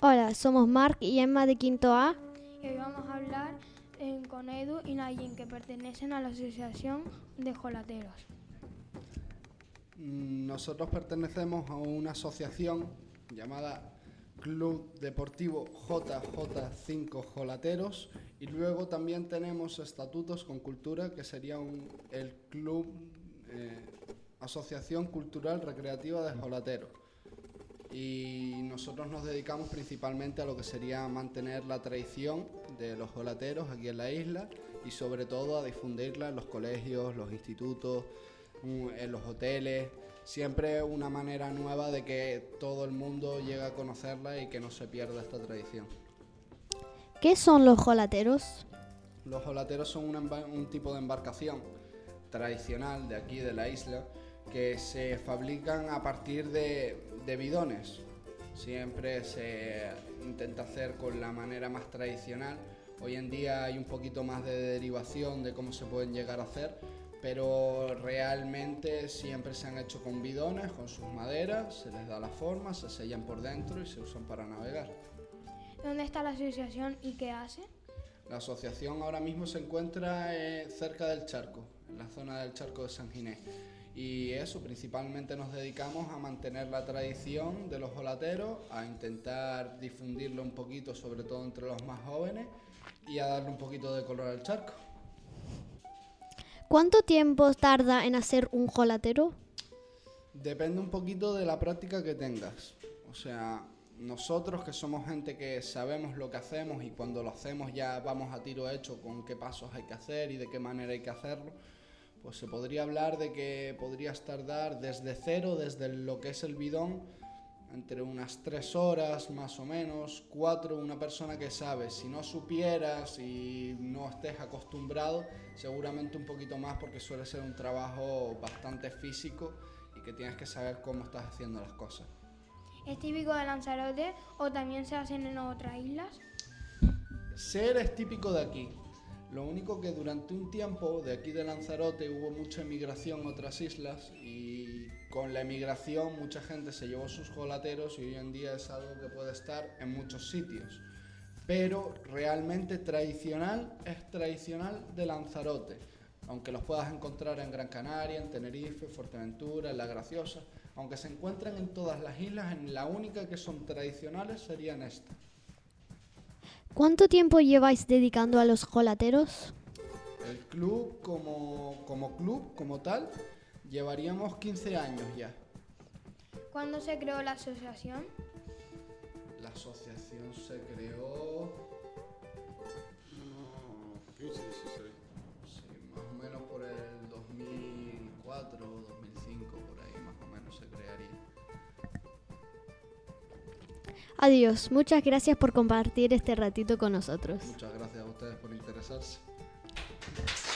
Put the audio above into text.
Hola, somos Marc y Emma de Quinto A. Y hoy vamos a hablar con Edu y Nayin, que pertenecen a la Asociación de Jolateros. Nosotros pertenecemos a una asociación llamada Club Deportivo JJ5 Jolateros y luego también tenemos estatutos con cultura que sería el Club Asociación Cultural Recreativa de Jolateros. Y nosotros nos dedicamos principalmente a lo que sería mantener la tradición de los jolateros aquí en la isla y sobre todo a difundirla en los colegios, los institutos, en los hoteles. Siempre una manera nueva de que todo el mundo llegue a conocerla y que no se pierda esta tradición. ¿Qué son los jolateros? Los jolateros son un tipo de embarcación tradicional de aquí de la isla que se fabrican a partir de bidones. Siempre se intenta hacer con la manera más tradicional. Hoy en día hay un poquito más de derivación de cómo se pueden llegar a hacer, pero realmente siempre se han hecho con bidones, con sus maderas, se les da la forma, se sellan por dentro y se usan para navegar. ¿Dónde está la asociación y qué hace? La asociación ahora mismo se encuentra cerca del charco, en la zona del charco de San Ginés. Y eso, principalmente nos dedicamos a mantener la tradición de los jolateros, a intentar difundirlo un poquito, sobre todo entre los más jóvenes, y a darle un poquito de color al charco. ¿Cuánto tiempo tarda en hacer un jolatero? Depende un poquito de la práctica que tengas. O sea, nosotros que somos gente que sabemos lo que hacemos y cuando lo hacemos ya vamos a tiro hecho con qué pasos hay que hacer y de qué manera hay que hacerlo, pues se podría hablar de que podrías tardar desde cero, desde lo que es el bidón, entre unas 3 horas más o menos, 4, una persona que sabe. Si no supieras y no estés acostumbrado, seguramente un poquito más porque suele ser un trabajo bastante físico y que tienes que saber cómo estás haciendo las cosas. ¿Es típico de Lanzarote o también se hacen en otras islas? Ser es típico de aquí. Lo único que durante un tiempo de aquí de Lanzarote hubo mucha emigración a otras islas y con la emigración mucha gente se llevó sus jolateros y hoy en día es algo que puede estar en muchos sitios. Pero realmente tradicional es tradicional de Lanzarote, aunque los puedas encontrar en Gran Canaria, en Tenerife, Fuerteventura, en La Graciosa, aunque se encuentran en todas las islas, en la única que son tradicionales serían estas. ¿Cuánto tiempo lleváis dedicando a los jolateros? El club como club, como tal, llevaríamos 15 años ya. ¿Cuándo se creó la asociación? La asociación se creó... 15, 16. Sí, más o menos por el 2004 o 2005, por ahí más o menos se crearía. Adiós, muchas gracias por compartir este ratito con nosotros. Muchas gracias a ustedes por interesarse.